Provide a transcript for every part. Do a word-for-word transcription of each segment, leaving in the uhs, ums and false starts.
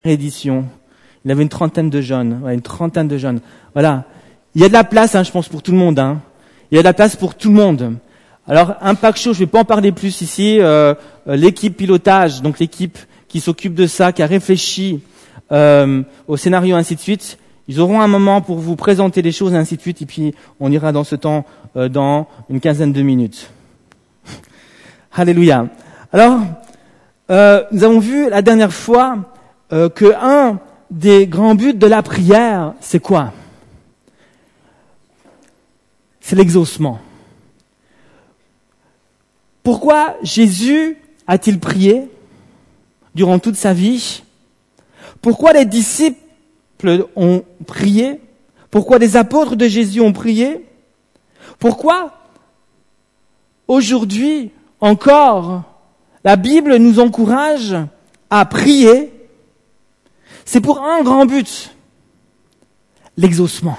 édition. Il avait une trentaine de jeunes, ouais, une trentaine de jeunes. Voilà. Il y a de la place, hein, je pense, pour tout le monde. Hein. Il y a de la place pour tout le monde. Alors, Impact Show, je ne vais pas en parler plus ici. Euh, l'équipe pilotage, donc l'équipe qui s'occupe de ça, qui a réfléchi euh, au scénario, ainsi de suite, ils auront un moment pour vous présenter les choses, ainsi de suite, et puis on ira dans ce temps euh, dans une quinzaine de minutes. Alléluia. Alors, euh, nous avons vu la dernière fois euh, que un des grands buts de la prière, c'est quoi ? C'est l'exaucement. Pourquoi Jésus a-t-il prié durant toute sa vie ? Pourquoi les disciples ont prié ? Pourquoi les apôtres de Jésus ont prié ? Pourquoi aujourd'hui encore la Bible nous encourage à prier ? C'est pour un grand but, l'exaucement.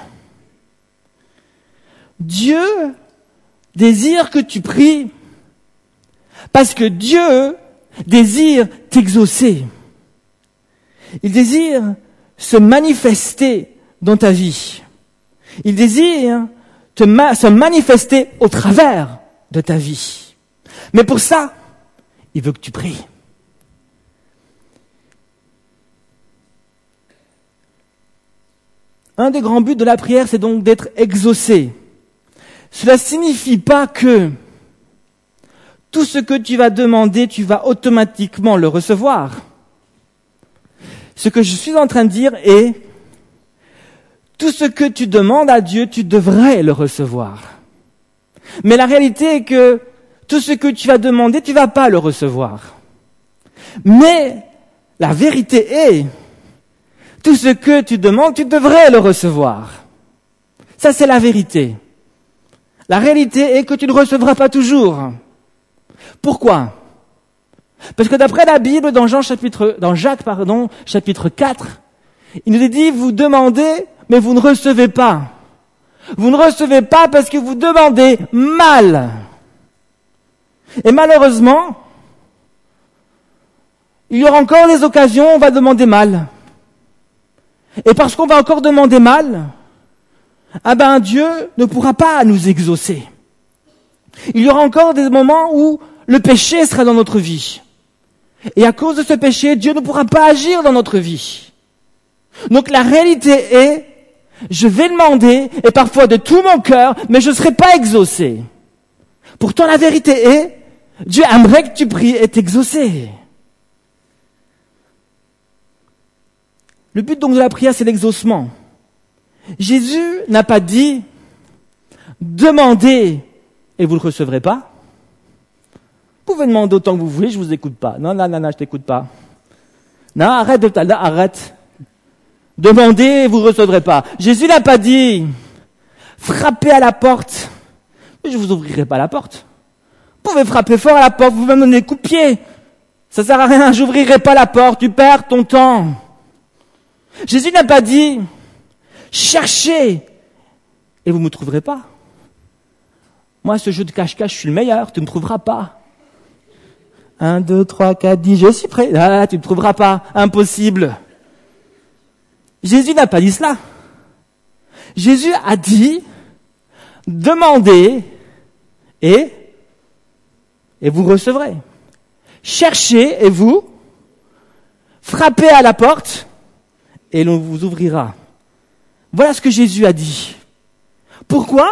Dieu désire que tu pries parce que Dieu désire t'exaucer. Il désire se manifester dans ta vie. Il désire te ma- se manifester au travers de ta vie. Mais pour ça, il veut que tu pries. Un des grands buts de la prière, c'est donc d'être exaucé. Cela ne signifie pas que tout ce que tu vas demander, tu vas automatiquement le recevoir. Ce que je suis en train de dire est, tout ce que tu demandes à Dieu, tu devrais le recevoir. Mais la réalité est que tout ce que tu vas demander, tu ne vas pas le recevoir. Mais la vérité est, tout ce que tu demandes, tu devrais le recevoir. Ça, c'est la vérité. La réalité est que tu ne recevras pas toujours. Pourquoi ? Parce que d'après la Bible, dans Jean chapitre, dans Jacques, pardon, chapitre quatre, il nous est dit, vous demandez, mais vous ne recevez pas. Vous ne recevez pas parce que vous demandez mal. Et malheureusement, il y aura encore des occasions où on va demander mal. Et parce qu'on va encore demander mal, ah ben Dieu ne pourra pas nous exaucer. Il y aura encore des moments où le péché sera dans notre vie. Et à cause de ce péché, Dieu ne pourra pas agir dans notre vie. Donc la réalité est, je vais demander, et parfois de tout mon cœur, mais je ne serai pas exaucé. Pourtant la vérité est, Dieu aimerait que tu pries et t'exaucer. Le but donc de la prière, c'est l'exaucement. Jésus n'a pas dit « Demandez et vous ne le recevrez pas ». Vous pouvez demander autant que vous voulez, je ne vous écoute pas. Non, non, non, non, je ne t'écoute pas. Non, arrête de t'aller, arrête. Demandez et vous ne recevrez pas. Jésus n'a pas dit « Frappez à la porte, mais je ne vous ouvrirai pas la porte ». Vous pouvez frapper fort à la porte, vous pouvez me donner des coups de pied. Ça ne sert à rien, je n'ouvrirai pas la porte, tu perds ton temps. Jésus n'a pas dit « Cherchez et vous ne me trouverez pas ». Moi, ce jeu de cache-cache, je suis le meilleur, tu ne me trouveras pas. Un, deux, trois, quatre, dix, je suis prêt. Ah, tu ne me trouveras pas, impossible. Jésus n'a pas dit cela. Jésus a dit « Demandez et, et vous recevrez. Cherchez et vous, frappez à la porte et l'on vous ouvrira. » Voilà ce que Jésus a dit. Pourquoi ?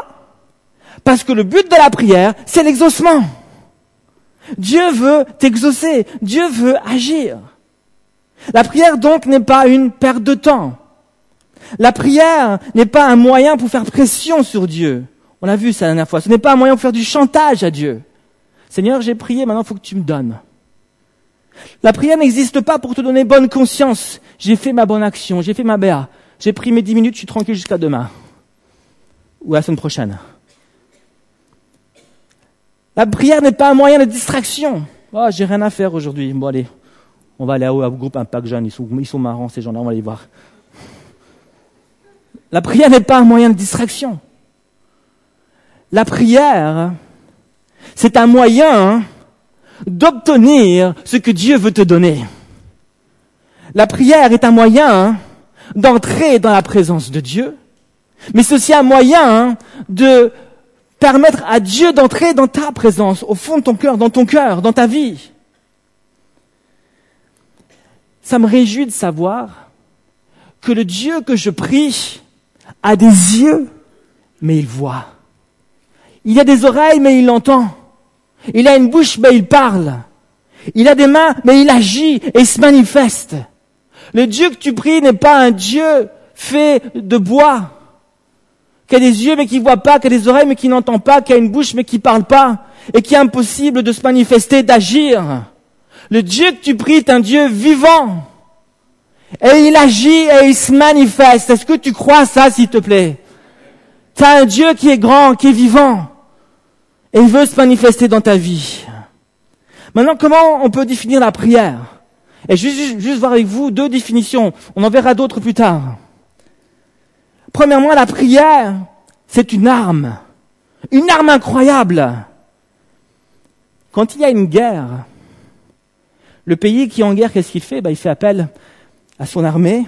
Parce que le but de la prière, c'est l'exaucement. Dieu veut t'exaucer. Dieu veut agir. La prière, donc, n'est pas une perte de temps. La prière n'est pas un moyen pour faire pression sur Dieu. On l'a vu ça la dernière fois. Ce n'est pas un moyen pour faire du chantage à Dieu. Seigneur, j'ai prié, maintenant il faut que tu me donnes. La prière n'existe pas pour te donner bonne conscience. J'ai fait ma bonne action, j'ai fait ma B A. J'ai pris mes dix minutes, je suis tranquille jusqu'à demain. Ou à la semaine prochaine. La prière n'est pas un moyen de distraction. Oh, j'ai rien à faire aujourd'hui. Bon, allez, on va aller au groupe Impact Jeune. Ils sont, ils sont marrants, ces gens-là, on va les voir. La prière n'est pas un moyen de distraction. La prière, c'est un moyen d'obtenir ce que Dieu veut te donner. La prière est un moyen hein, d'entrer dans la présence de Dieu, mais c'est aussi un moyen hein, de permettre à Dieu d'entrer dans ta présence, au fond de ton cœur, dans ton cœur, dans ta vie. Ça me réjouit de savoir que le Dieu que je prie a des yeux, mais il voit. Il a des oreilles, mais il entend. Il a une bouche, mais il parle. Il a des mains, mais il agit et il se manifeste. Le Dieu que tu pries n'est pas un Dieu fait de bois, qui a des yeux mais qui ne voit pas, qui a des oreilles mais qui n'entend pas, qui a une bouche mais qui ne parle pas, et qui est impossible de se manifester, d'agir. Le Dieu que tu pries est un Dieu vivant. Et il agit et il se manifeste. Est-ce que tu crois ça, s'il te plaît? Tu as un Dieu qui est grand, qui est vivant. Et il veut se manifester dans ta vie. Maintenant, comment on peut définir la prière? Et juste, juste voir avec vous deux définitions. On en verra d'autres plus tard. Premièrement, la prière, c'est une arme. Une arme incroyable. Quand il y a une guerre, le pays qui est en guerre, qu'est-ce qu'il fait? Ben, il fait appel à son armée.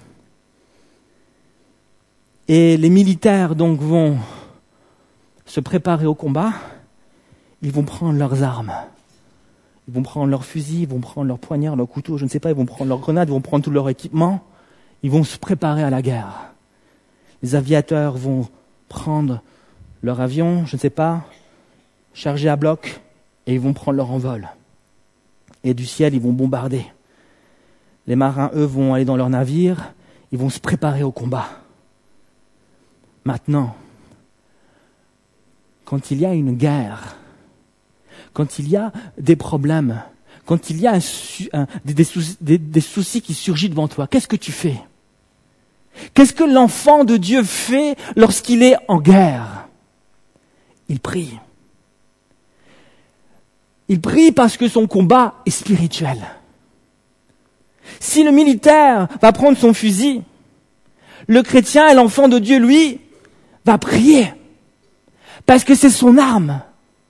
Et les militaires, donc, vont se préparer au combat. Ils vont prendre leurs armes. Ils vont prendre leurs fusils, ils vont prendre leurs poignards, leurs couteaux, je ne sais pas, ils vont prendre leurs grenades, ils vont prendre tout leur équipement. Ils vont se préparer à la guerre. Les aviateurs vont prendre leur avion, je ne sais pas, chargé à bloc, et ils vont prendre leur envol. Et du ciel, ils vont bombarder. Les marins, eux, vont aller dans leur navire, ils vont se préparer au combat. Maintenant, quand il y a une guerre, quand il y a des problèmes, quand il y a un, un, des, des, soucis, des, des soucis qui surgissent devant toi, qu'est-ce que tu fais? Qu'est-ce que l'enfant de Dieu fait lorsqu'il est en guerre? Il prie. Il prie parce que son combat est spirituel. Si le militaire va prendre son fusil, le chrétien et l'enfant de Dieu, lui, va prier. Parce que c'est son arme.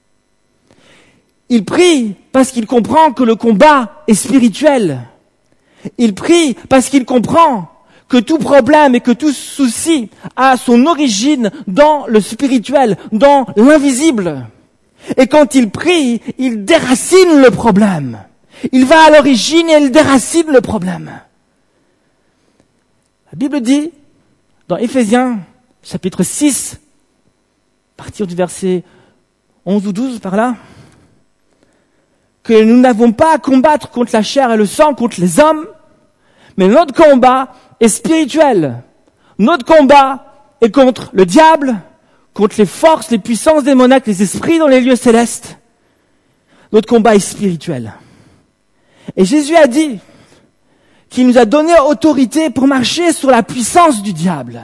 Il prie parce qu'il comprend que le combat est spirituel. Il prie parce qu'il comprend que tout problème et que tout souci a son origine dans le spirituel, dans l'invisible. Et quand il prie, il déracine le problème. Il va à l'origine et il déracine le problème. La Bible dit, dans Éphésiens, chapitre six, à partir du verset onze ou douze, par là, que nous n'avons pas à combattre contre la chair et le sang, contre les hommes, mais notre combat est spirituel. Notre combat est contre le diable, contre les forces, les puissances démoniaques, les esprits dans les lieux célestes. Notre combat est spirituel. Et Jésus a dit qu'il nous a donné autorité pour marcher sur la puissance du diable.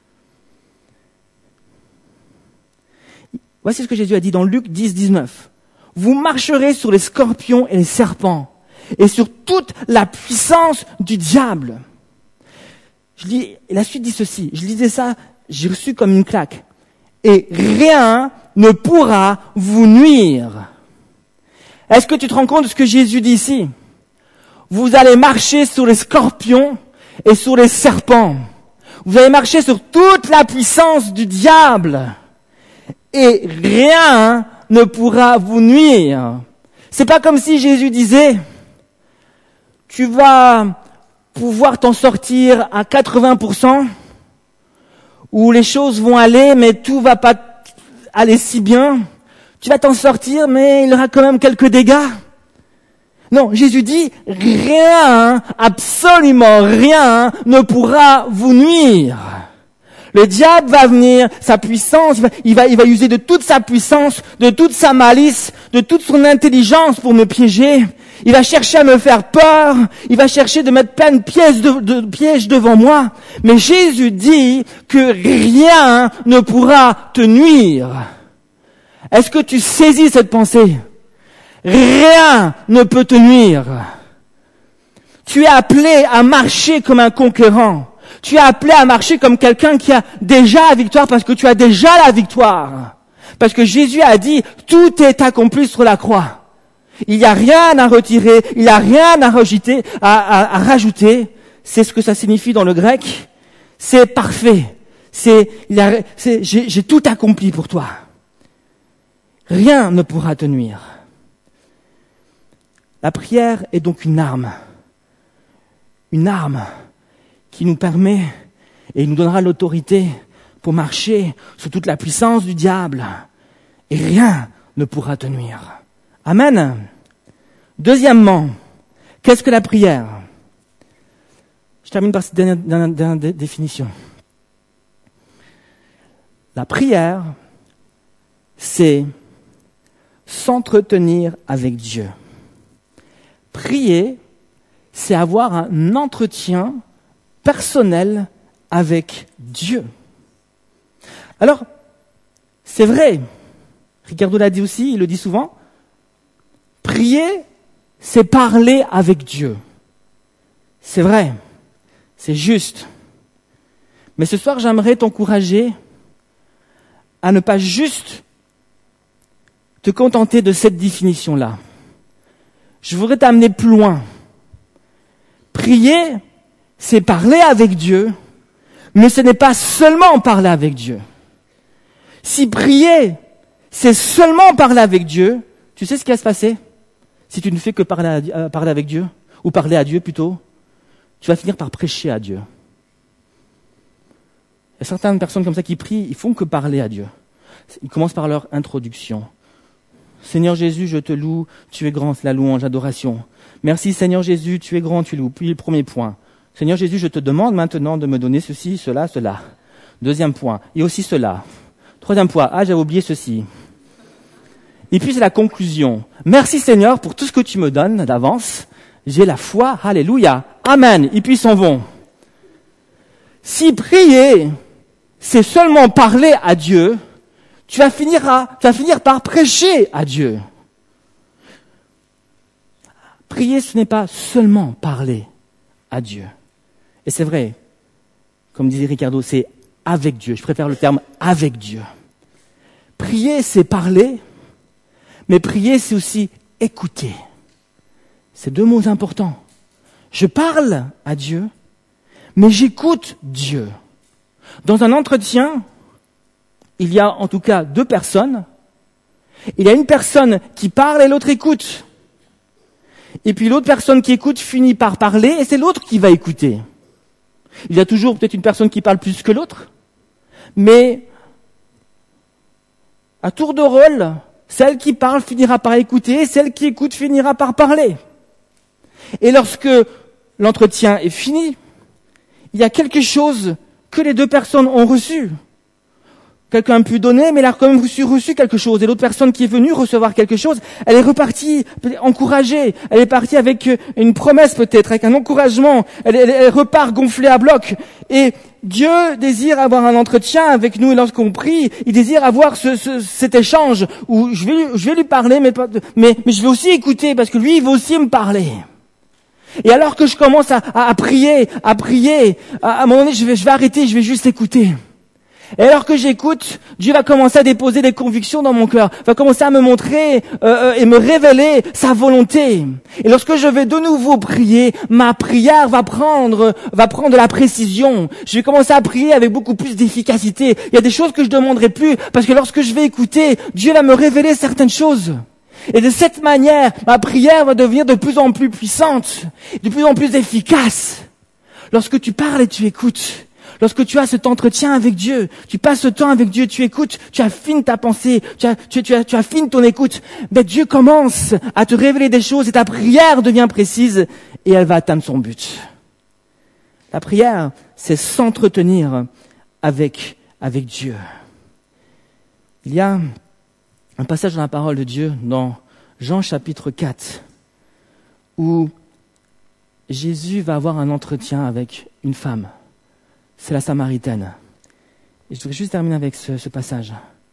Voici ce que Jésus a dit dans Luc dix, dix-neuf. Vous marcherez sur les scorpions et les serpents, et sur toute la puissance du diable. Je lis, et la suite dit ceci, je lisais ça, j'ai reçu comme une claque. Et rien ne pourra vous nuire. Est-ce que tu te rends compte de ce que Jésus dit ici? Vous allez marcher sur les scorpions et sur les serpents. Vous allez marcher sur toute la puissance du diable. Et rien ne pourra vous nuire. C'est pas comme si Jésus disait, tu vas pouvoir t'en sortir à quatre-vingts pour cent, où les choses vont aller, mais tout va pas aller si bien. Tu vas t'en sortir, mais il y aura quand même quelques dégâts. Non, Jésus dit, rien, absolument rien ne pourra vous nuire. Le diable va venir, sa puissance, il va, il va, il va user de toute sa puissance, de toute sa malice, de toute son intelligence pour me piéger. Il va chercher à me faire peur, il va chercher de mettre plein de pièges, de, de pièges devant moi. Mais Jésus dit que rien ne pourra te nuire. Est-ce que tu saisis cette pensée? Rien ne peut te nuire. Tu es appelé à marcher comme un conquérant. Tu es appelé à marcher comme quelqu'un qui a déjà la victoire parce que tu as déjà la victoire. Parce que Jésus a dit, tout est accompli sur la croix. Il n'y a rien à retirer, il n'y a rien à, rejeter, à, à, à rajouter. C'est ce que ça signifie dans le grec. C'est parfait. C'est, il a, c'est, j'ai, j'ai tout accompli pour toi. Rien ne pourra te nuire. La prière est donc une arme. Une arme qui nous permet et nous donnera l'autorité pour marcher sous toute la puissance du diable. Et rien ne pourra te nuire. Amen. Deuxièmement, qu'est-ce que la prière? Je termine par cette dernière, dernière, dernière définition. La prière, c'est s'entretenir avec Dieu. Prier, c'est avoir un entretien personnel avec Dieu. Alors, c'est vrai, Ricardo l'a dit aussi, il le dit souvent, prier, c'est parler avec Dieu. C'est vrai, c'est juste. Mais ce soir, j'aimerais t'encourager à ne pas juste te contenter de cette définition-là. Je voudrais t'amener plus loin. Prier, c'est parler avec Dieu, mais ce n'est pas seulement parler avec Dieu. Si prier, c'est seulement parler avec Dieu, tu sais ce qui va se passer? Si tu ne fais que parler, à, euh, parler avec Dieu, ou parler à Dieu plutôt, tu vas finir par prêcher à Dieu. Il y a certaines personnes comme ça qui prient, ils font que parler à Dieu. Ils commencent par leur introduction. Seigneur Jésus, je te loue, tu es grand, c'est la louange, l'adoration. Merci Seigneur Jésus, tu es grand, tu loues. Puis le premier point. Seigneur Jésus, je te demande maintenant de me donner ceci, cela, cela. Deuxième point. Et aussi cela. Troisième point. Ah, j'avais oublié ceci. Et puis c'est la conclusion. Merci Seigneur pour tout ce que tu me donnes d'avance. J'ai la foi. Alléluia. Amen. Et puis ils s'en vont. Si prier, c'est seulement parler à Dieu, tu vas finir, à, tu vas finir par prêcher à Dieu. Prier, ce n'est pas seulement parler à Dieu. Et c'est vrai, comme disait Ricardo, c'est avec Dieu. Je préfère le terme avec Dieu. Prier, c'est parler, mais prier, c'est aussi écouter. C'est deux mots importants. Je parle à Dieu, mais j'écoute Dieu. Dans un entretien, il y a en tout cas deux personnes. Il y a une personne qui parle et l'autre écoute. Et puis l'autre personne qui écoute finit par parler et c'est l'autre qui va écouter. Il y a toujours peut-être une personne qui parle plus que l'autre, mais à tour de rôle, celle qui parle finira par écouter et celle qui écoute finira par parler. Et lorsque l'entretien est fini, il y a quelque chose que les deux personnes ont reçu. Quelqu'un a pu donner, mais elle a quand même reçu, reçu quelque chose. Et l'autre personne qui est venue recevoir quelque chose, elle est repartie encouragée. Elle est partie avec une promesse peut-être, avec un encouragement. Elle, elle, elle repart gonflée à bloc. Et Dieu désire avoir un entretien avec nous. Et lorsqu'on prie, il désire avoir ce, ce, cet échange où je vais, je vais lui parler, mais, pas, mais, mais je vais aussi écouter parce que lui, il va aussi me parler. Et alors que je commence à, à, à prier, à prier, à, à un moment donné, je vais, je vais arrêter, je vais juste écouter. Et alors que j'écoute, Dieu va commencer à déposer des convictions dans mon cœur, va commencer à me montrer euh, et me révéler sa volonté. Et lorsque je vais de nouveau prier, ma prière va prendre, va prendre de la précision. Je vais commencer à prier avec beaucoup plus d'efficacité. Il y a des choses que je demanderai plus parce que lorsque je vais écouter, Dieu va me révéler certaines choses. Et de cette manière, ma prière va devenir de plus en plus puissante, de plus en plus efficace. Lorsque tu parles et tu écoutes, lorsque tu as cet entretien avec Dieu, tu passes ce temps avec Dieu, tu écoutes, tu affines ta pensée, tu, as, tu, tu, as, tu affines ton écoute, ben Dieu commence à te révéler des choses et ta prière devient précise et elle va atteindre son but. La prière, c'est s'entretenir avec, avec Dieu. Il y a un passage dans la parole de Dieu, dans Jean chapitre quatre, où Jésus va avoir un entretien avec une femme. C'est la Samaritaine. Et je voudrais juste terminer avec ce, ce passage.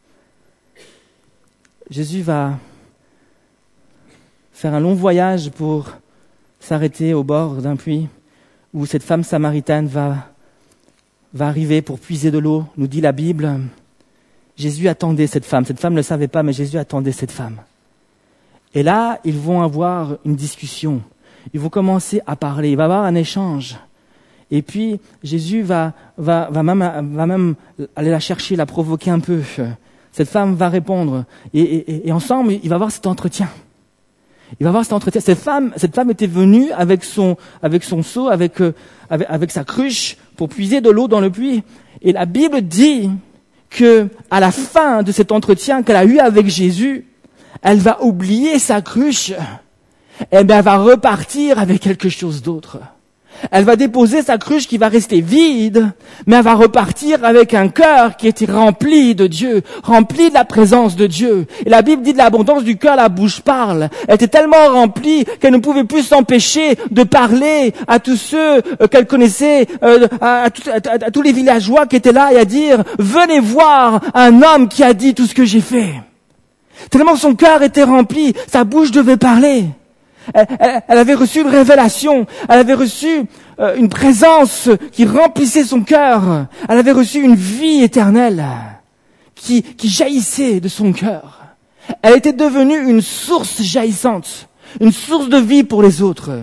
Jésus va faire un long voyage pour s'arrêter au bord d'un puits où cette femme samaritaine va, va arriver pour puiser de l'eau, nous dit la Bible. Jésus attendait cette femme. Cette femme ne le savait pas, mais Jésus attendait cette femme. Et là, ils vont avoir une discussion. Ils vont commencer à parler. Il va y avoir un échange. Et puis, Jésus va, va, va, même, va même aller la chercher, la provoquer un peu. Cette femme va répondre. Et, et, et ensemble, il va avoir cet entretien. Il va avoir cet entretien. Cette femme, cette femme était venue avec son, avec son seau, avec, euh, avec, avec sa cruche pour puiser de l'eau dans le puits. Et la Bible dit que, à la fin de cet entretien qu'elle a eu avec Jésus, elle va oublier sa cruche. Et bien, elle va repartir avec quelque chose d'autre. Elle va déposer sa cruche qui va rester vide, mais elle va repartir avec un cœur qui était rempli de Dieu, rempli de la présence de Dieu. Et la Bible dit de l'abondance du cœur, la bouche parle. Elle était tellement remplie qu'elle ne pouvait plus s'empêcher de parler à tous ceux qu'elle connaissait, euh, à, à, à, à tous les villageois qui étaient là et à dire « Venez voir un homme qui a dit tout ce que j'ai fait ». Tellement son cœur était rempli, sa bouche devait parler. Elle, elle, elle avait reçu une révélation, elle avait reçu euh, une présence qui remplissait son cœur, elle avait reçu une vie éternelle qui, qui jaillissait de son cœur. Elle était devenue une source jaillissante, une source de vie pour les autres,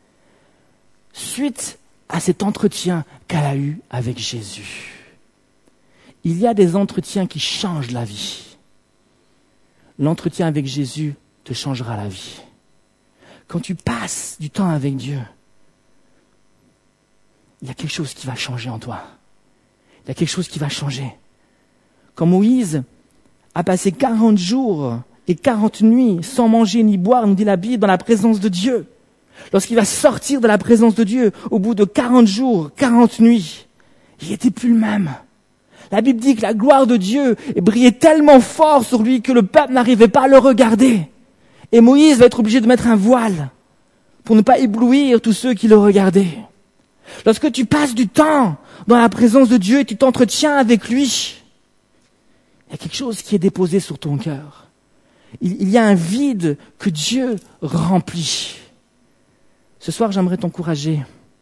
suite à cet entretien qu'elle a eu avec Jésus. Il y a des entretiens qui changent la vie. L'entretien avec Jésus te changera la vie. Quand tu passes du temps avec Dieu, il y a quelque chose qui va changer en toi. Il y a quelque chose qui va changer. Quand Moïse a passé quarante jours et quarante nuits sans manger ni boire, nous dit la Bible, dans la présence de Dieu. Lorsqu'il va sortir de la présence de Dieu, au bout de quarante jours, quarante nuits, il n'était plus le même. La Bible dit que la gloire de Dieu brillait tellement fort sur lui que le peuple n'arrivait pas à le regarder. Et Moïse va être obligé de mettre un voile pour ne pas éblouir tous ceux qui le regardaient. Lorsque tu passes du temps dans la présence de Dieu et tu t'entretiens avec lui, il y a quelque chose qui est déposé sur ton cœur. Il, il y a un vide que Dieu remplit. Ce soir, j'aimerais t'encourager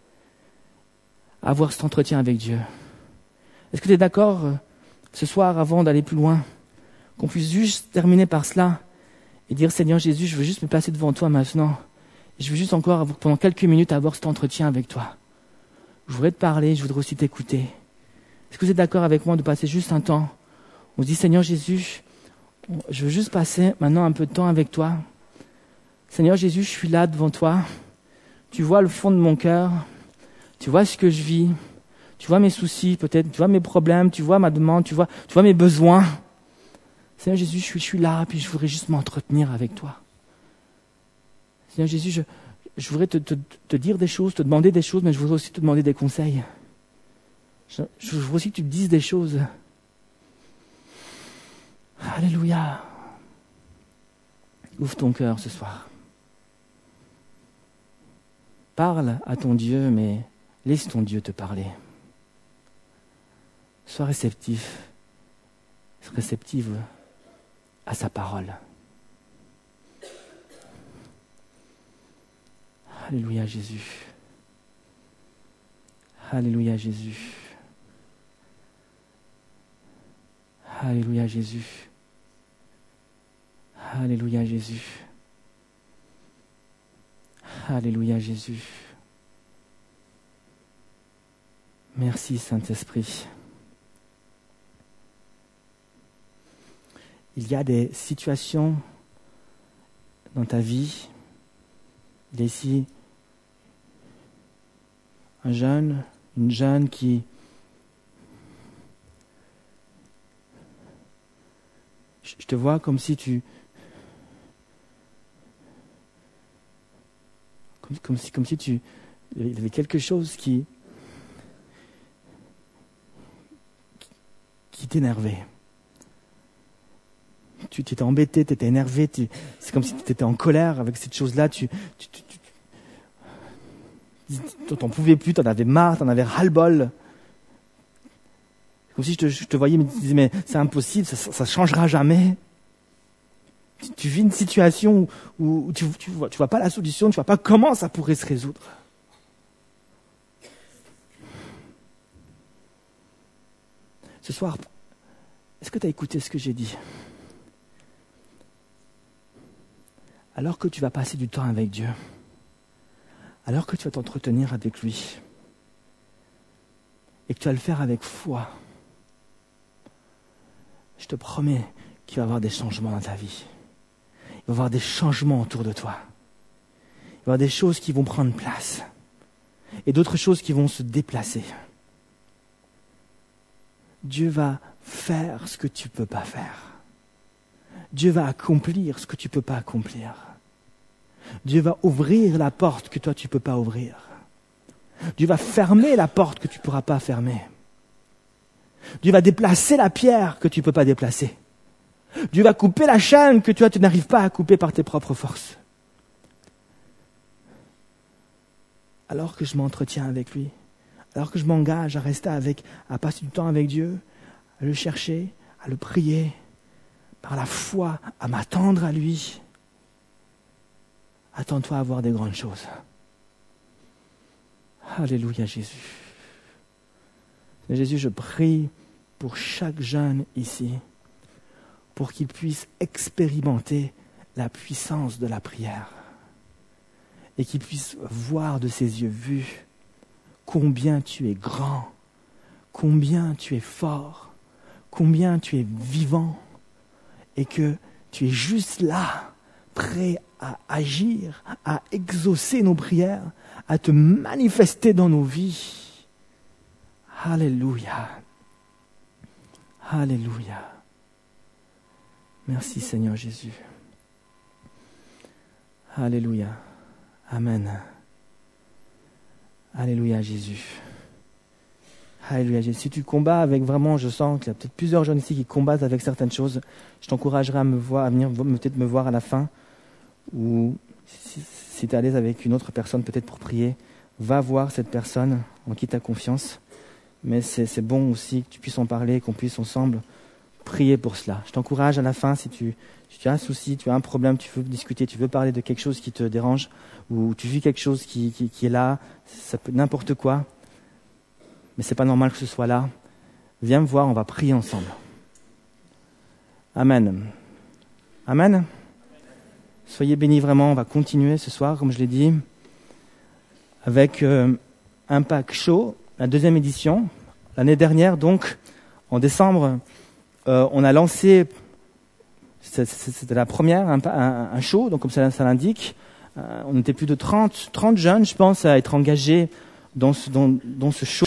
à avoir cet entretien avec Dieu. Est-ce que tu es d'accord, ce soir, avant d'aller plus loin, qu'on puisse juste terminer par cela et dire, Seigneur Jésus, je veux juste me placer devant toi maintenant. Je veux juste encore, pendant quelques minutes, avoir cet entretien avec toi. Je voudrais te parler, je voudrais aussi t'écouter. Est-ce que vous êtes d'accord avec moi de passer juste un temps? On se dit, Seigneur Jésus, je veux juste passer maintenant un peu de temps avec toi. Seigneur Jésus, je suis là devant toi. Tu vois le fond de mon cœur. Tu vois ce que je vis. Tu vois mes soucis peut-être. Tu vois mes problèmes. Tu vois ma demande. Tu vois, tu vois mes besoins. Seigneur Jésus, je suis, je suis là, puis je voudrais juste m'entretenir avec toi. Seigneur Jésus, je, je voudrais te, te, te dire des choses, te demander des choses, mais je voudrais aussi te demander des conseils. Je, je voudrais aussi que tu te dises des choses. Alléluia. Ouvre ton cœur ce soir. Parle à ton Dieu, mais laisse ton Dieu te parler. Sois réceptif, réceptive à sa parole. Alléluia Jésus. Alléluia Jésus. Alléluia Jésus. Alléluia Jésus. Alléluia Jésus. Merci Saint-Esprit. Il y a des situations dans ta vie. Il y a ici un jeune, une jeune qui je te vois comme si tu comme, comme si comme si tu il y avait quelque chose qui qui t'énervait. Tu t'étais embêté, tu étais énervé, tu, c'est comme si tu étais en colère avec cette chose-là, tu tu, tu, tu t'en pouvais plus, t'en avais marre, t'en avais ras-le-bol. Comme si je te, je te voyais, mais tu disais, mais c'est impossible, ça, ça changera jamais. Tu, tu vis une situation où, où tu, tu vois, tu vois pas la solution, tu vois pas comment ça pourrait se résoudre. Ce soir, est-ce que tu as écouté ce que j'ai dit? Alors alors que tu vas passer du temps avec Dieu, alors que tu vas t'entretenir avec lui, et que tu vas le faire avec foi, je te promets qu'il va y avoir des changements dans ta vie. Il va y avoir des changements autour de toi. Il va y avoir des choses qui vont prendre place et d'autres choses qui vont se déplacer. Dieu va faire ce que tu ne peux pas faire. Dieu va accomplir ce que tu ne peux pas accomplir. Dieu va ouvrir la porte que toi tu ne peux pas ouvrir. Dieu va fermer la porte que tu ne pourras pas fermer. Dieu va déplacer la pierre que tu ne peux pas déplacer. Dieu va couper la chaîne que toi tu n'arrives pas à couper par tes propres forces. Alors que je m'entretiens avec lui, alors que je m'engage à rester avec, à passer du temps avec Dieu, à le chercher, à le prier, par la foi, à m'attendre à lui, attends-toi à voir des grandes choses. Alléluia Jésus. Jésus, je prie pour chaque jeune ici, pour qu'il puisse expérimenter la puissance de la prière et qu'il puisse voir de ses yeux vus combien tu es grand, combien tu es fort, combien tu es vivant et que tu es juste là, prêt à agir, à exaucer nos prières, à te manifester dans nos vies. Alléluia. Alléluia. Merci Seigneur Jésus. Alléluia. Amen. Alléluia Jésus. Alléluia Jésus. Si tu combats avec vraiment, je sens qu'il y a peut-être plusieurs jeunes ici qui combattent avec certaines choses, je t'encouragerai à me voir, à venir peut-être me voir à la fin, ou si, si tu es à l'aise avec une autre personne peut-être pour prier, va voir cette personne en qui tu as confiance. Mais c'est, c'est bon aussi que tu puisses en parler, qu'on puisse ensemble prier pour cela. Je t'encourage à la fin, si tu, si tu as un souci, tu as un problème, tu veux discuter, tu veux parler de quelque chose qui te dérange, ou tu vis quelque chose qui, qui, qui est là, ça peut n'importe quoi, mais c'est pas normal que ce soit là. Viens me voir, on va prier ensemble. Amen. Amen. Soyez bénis vraiment, on va continuer ce soir, comme je l'ai dit, avec euh, Impact Show, la deuxième édition. L'année dernière, donc, en décembre, euh, on a lancé, c'était la première, un, un, un show, donc comme ça, ça l'indique. Euh, on était plus de trente, trente jeunes, je pense, à être engagés dans ce, dans, dans ce show.